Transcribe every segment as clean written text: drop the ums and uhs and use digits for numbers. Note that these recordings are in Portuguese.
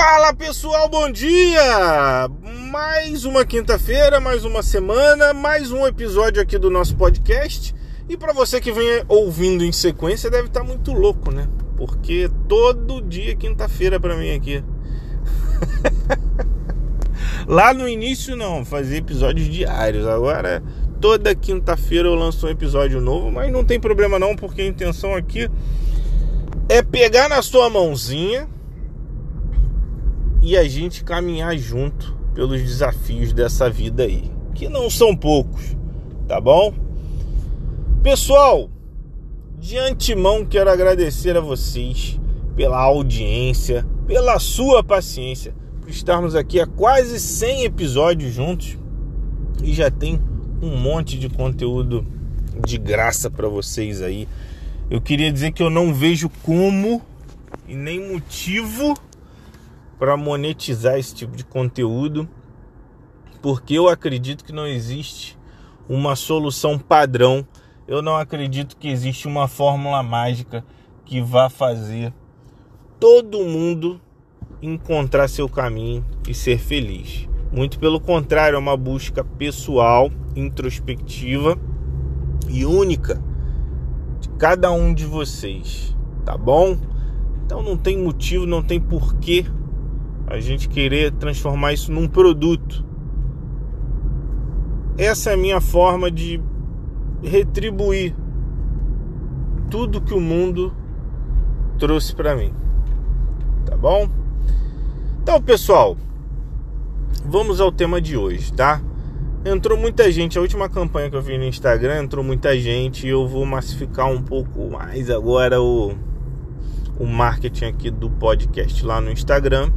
Fala pessoal, bom dia! Mais uma quinta-feira, mais uma semana, mais um episódio aqui do nosso podcast. E para você que vem ouvindo em sequência, deve estar muito louco, né? Porque todo dia é quinta-feira para mim aqui. Lá no início não, fazia episódios diários. Agora toda quinta-feira eu lanço um episódio novo, mas não tem problema não, porque a intenção aqui é pegar na sua mãozinha e a gente caminhar junto pelos desafios dessa vida aí, que não são poucos, tá bom? Pessoal, de antemão quero agradecer a vocês pela audiência, pela sua paciência, por estarmos aqui há quase 100 episódios juntos e já tem um monte de conteúdo de graça para vocês aí. Eu queria dizer que eu não vejo como e nem motivo para monetizar esse tipo de conteúdo, porque eu acredito que não existe uma solução padrão. Eu não acredito que existe uma fórmula mágica que vá fazer todo mundo encontrar seu caminho e ser feliz. Muito pelo contrário, é uma busca pessoal, introspectiva e única de cada um de vocês, tá bom? Então não tem motivo, não tem porquê a gente querer transformar isso num produto. Essa é a minha forma de retribuir tudo que o mundo trouxe para mim, tá bom? Então, pessoal, vamos ao tema de hoje, tá? Entrou muita gente, a última campanha que eu vi no Instagram entrou muita gente e eu vou massificar um pouco mais agora o marketing aqui do podcast lá no Instagram.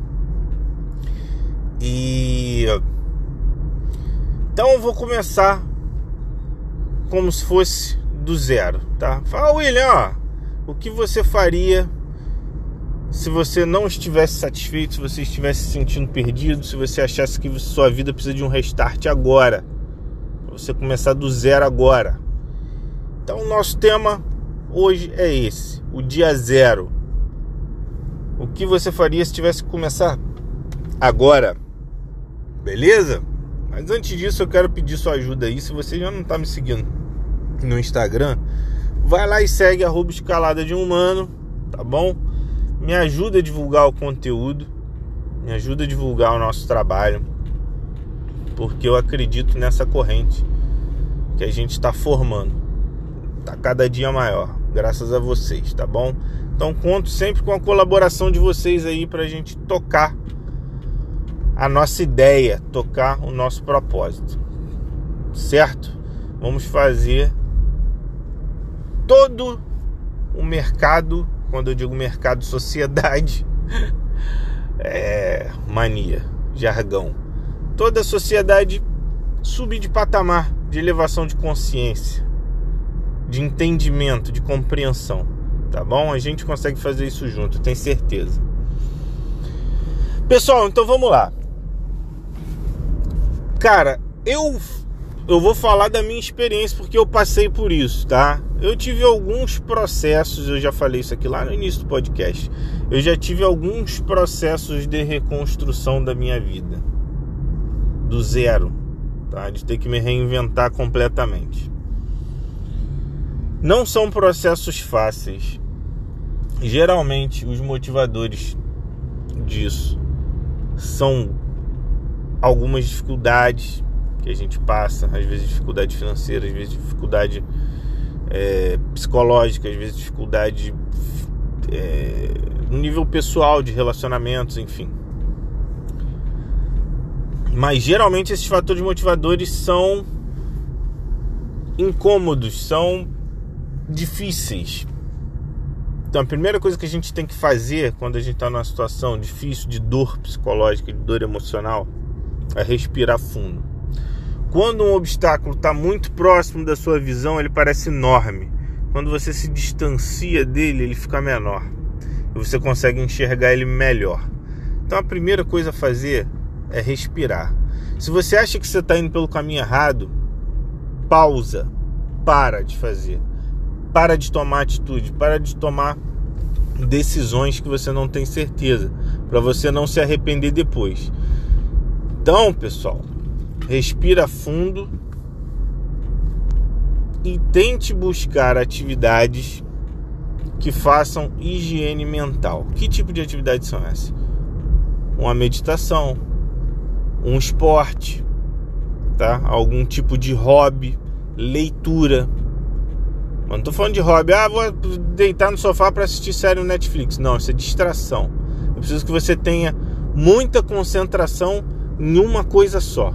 Então eu vou começar como se fosse do zero, tá? Fala, William, ó, o que você faria se você não estivesse satisfeito, se você estivesse se sentindo perdido, se você achasse que sua vida precisa de um restart agora, pra você começar do zero agora? Então o nosso tema hoje é esse, o dia zero. O que você faria se tivesse que começar agora? Beleza? Mas antes disso eu quero pedir sua ajuda aí. Se você já não tá me seguindo no Instagram, vai lá e segue @escalada de humano, tá bom? Me ajuda a divulgar o conteúdo, me ajuda a divulgar o nosso trabalho, porque eu acredito nessa corrente que a gente está formando. Tá cada dia maior, graças a vocês, tá bom? Então conto sempre com a colaboração de vocês aí pra gente tocar a nossa ideia, tocar o nosso propósito, certo? Vamos fazer todo o mercado, quando eu digo mercado, sociedade, mania, jargão, toda a sociedade subir de patamar, de elevação de consciência, de entendimento, de compreensão, tá bom? A gente consegue fazer isso junto, tenho certeza. Pessoal, então vamos lá. Cara, eu vou falar da minha experiência, porque eu passei por isso, tá? Eu tive alguns processos, eu já falei isso aqui lá no início do podcast. Eu já tive alguns processos de reconstrução da minha vida, do zero, tá? De ter que me reinventar completamente. Não são processos fáceis. Geralmente, os motivadores disso são algumas dificuldades que a gente passa, às vezes dificuldade financeira, às vezes dificuldade psicológica, às vezes dificuldade no nível pessoal, de relacionamentos, enfim. Mas geralmente esses fatores motivadores são incômodos, são difíceis. Então a primeira coisa que a gente tem que fazer quando a gente está numa situação difícil, de dor psicológica, de dor emocional, é respirar fundo. Quando um obstáculo está muito próximo da sua visão, ele parece enorme. Quando você se distancia dele, ele fica menor e você consegue enxergar ele melhor. Então a primeira coisa a fazer é respirar. Se você acha que você está indo pelo caminho errado, pausa, para de fazer, para de tomar atitude, para de tomar decisões que você não tem certeza, para você não se arrepender depois. Então, pessoal, respira fundo e tente buscar atividades que façam higiene mental. Que tipo de atividades são essas? Uma meditação, um esporte, tá? Algum tipo de hobby, leitura. Mas não tô falando de hobby, vou deitar no sofá para assistir série no Netflix. Não, isso é distração. Eu preciso que você tenha muita concentração em uma coisa só.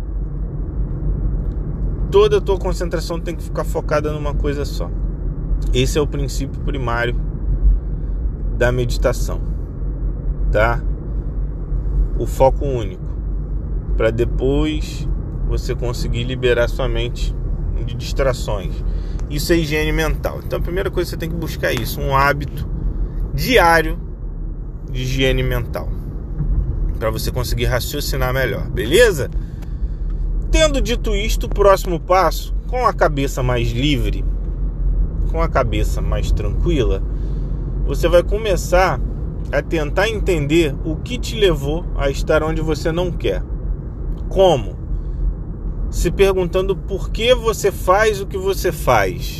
Toda a tua concentração tem que ficar focada numa coisa só. Esse é o princípio primário da meditação, tá? O foco único, para depois você conseguir liberar sua mente de distrações. Isso é higiene mental. Então a primeira coisa que você tem que buscar é isso, um hábito diário de higiene mental, para você conseguir raciocinar melhor, beleza? Tendo dito isto, o próximo passo, com a cabeça mais livre, com a cabeça mais tranquila, você vai começar a tentar entender o que te levou a estar onde você não quer. Como? Se perguntando por que você faz o que você faz.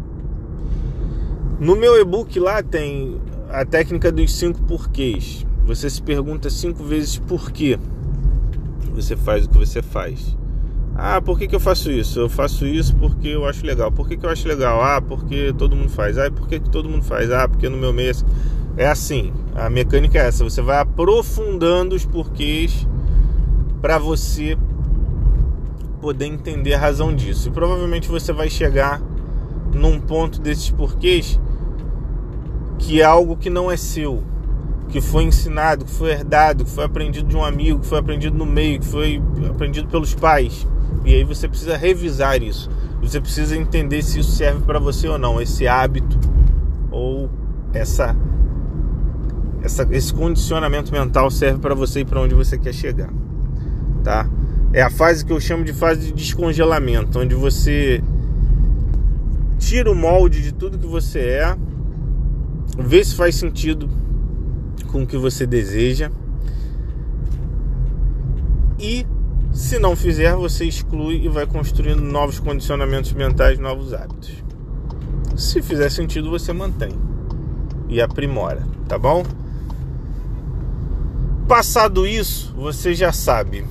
No meu e-book lá tem a técnica dos 5 porquês. Você se pergunta 5 vezes por que você faz o que você faz. Por que eu faço isso? Eu faço isso porque eu acho legal. Por que eu acho legal? Porque todo mundo faz. Por que todo mundo faz? Porque no meu meio é assim. A mecânica é essa. Você vai aprofundando os porquês para você poder entender a razão disso. E provavelmente você vai chegar num ponto desses porquês que é algo que não é seu, que foi ensinado, que foi herdado, que foi aprendido de um amigo, que foi aprendido no meio, que foi aprendido pelos pais. E aí você precisa revisar isso. Você precisa entender se isso serve para você ou não, esse hábito ou esse condicionamento mental serve para você e para onde você quer chegar, tá? É a fase que eu chamo de fase de descongelamento, onde você tira o molde de tudo que você é, vê se faz sentido com o que você deseja, e se não fizer, você exclui e vai construindo novos condicionamentos mentais, novos hábitos. Se fizer sentido, você mantém e aprimora, tá bom? Passado isso, você já sabe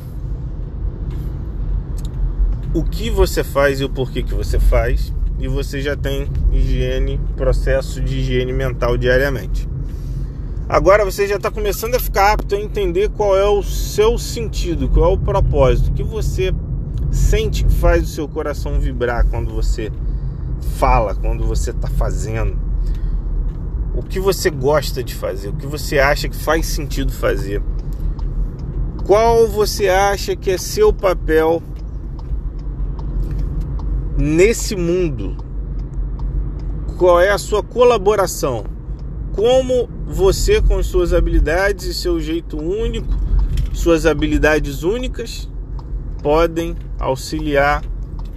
o que você faz e o porquê que você faz, e você já tem processo de higiene mental diariamente. Agora você já está começando a ficar apto a entender qual é o seu sentido, qual é o propósito, o que você sente que faz o seu coração vibrar quando você fala, quando você está fazendo, o que você gosta de fazer, o que você acha que faz sentido fazer, qual você acha que é seu papel nesse mundo, qual é a sua colaboração, como você, com as suas habilidades e seu jeito único, suas habilidades únicas, podem auxiliar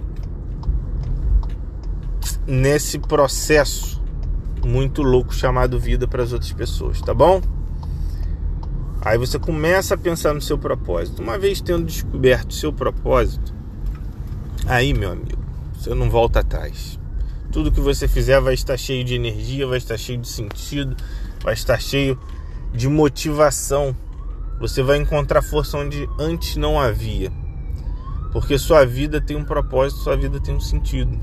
nesse processo muito louco chamado vida para as outras pessoas, tá bom? Aí você começa a pensar no seu propósito. Uma vez tendo descoberto o seu propósito, aí, meu amigo, você não volta atrás. Tudo que você fizer vai estar cheio de energia, vai estar cheio de sentido, vai estar cheio de motivação. Você vai encontrar força onde antes não havia, porque sua vida tem um propósito, sua vida tem um sentido.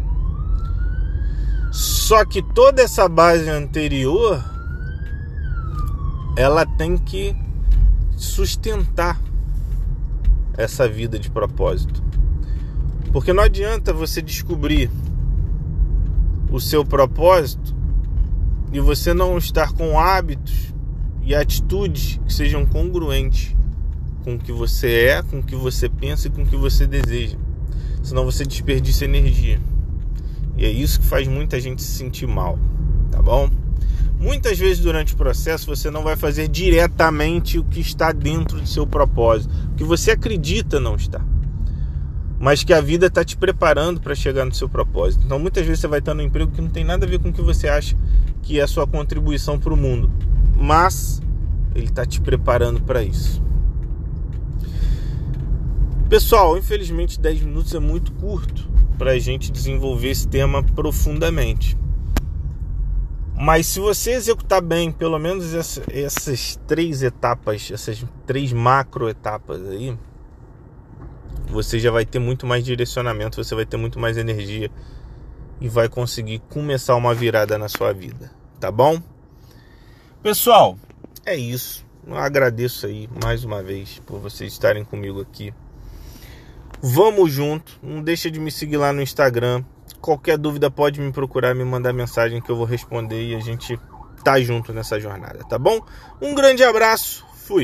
Só que toda essa base anterior, ela tem que sustentar essa vida de propósito. Porque não adianta você descobrir o seu propósito e você não estar com hábitos e atitudes que sejam congruentes com o que você é, com o que você pensa e com o que você deseja. Senão você desperdiça energia. E é isso que faz muita gente se sentir mal, tá bom? Muitas vezes durante o processo você não vai fazer diretamente o que está dentro do seu propósito, o que você acredita não está, mas que a vida está te preparando para chegar no seu propósito. Então muitas vezes você vai estar num emprego que não tem nada a ver com o que você acha que é a sua contribuição para o mundo, mas ele está te preparando para isso. Pessoal, infelizmente 10 minutos é muito curto para a gente desenvolver esse tema profundamente. Mas se você executar bem, pelo menos essas 3 etapas, essas 3 macro etapas aí, você já vai ter muito mais direcionamento, você vai ter muito mais energia e vai conseguir começar uma virada na sua vida, tá bom? Pessoal, é isso. Eu agradeço aí mais uma vez por vocês estarem comigo aqui. Vamos junto, não deixa de me seguir lá no Instagram. Qualquer dúvida pode me procurar, me mandar mensagem que eu vou responder e a gente tá junto nessa jornada, tá bom? Um grande abraço,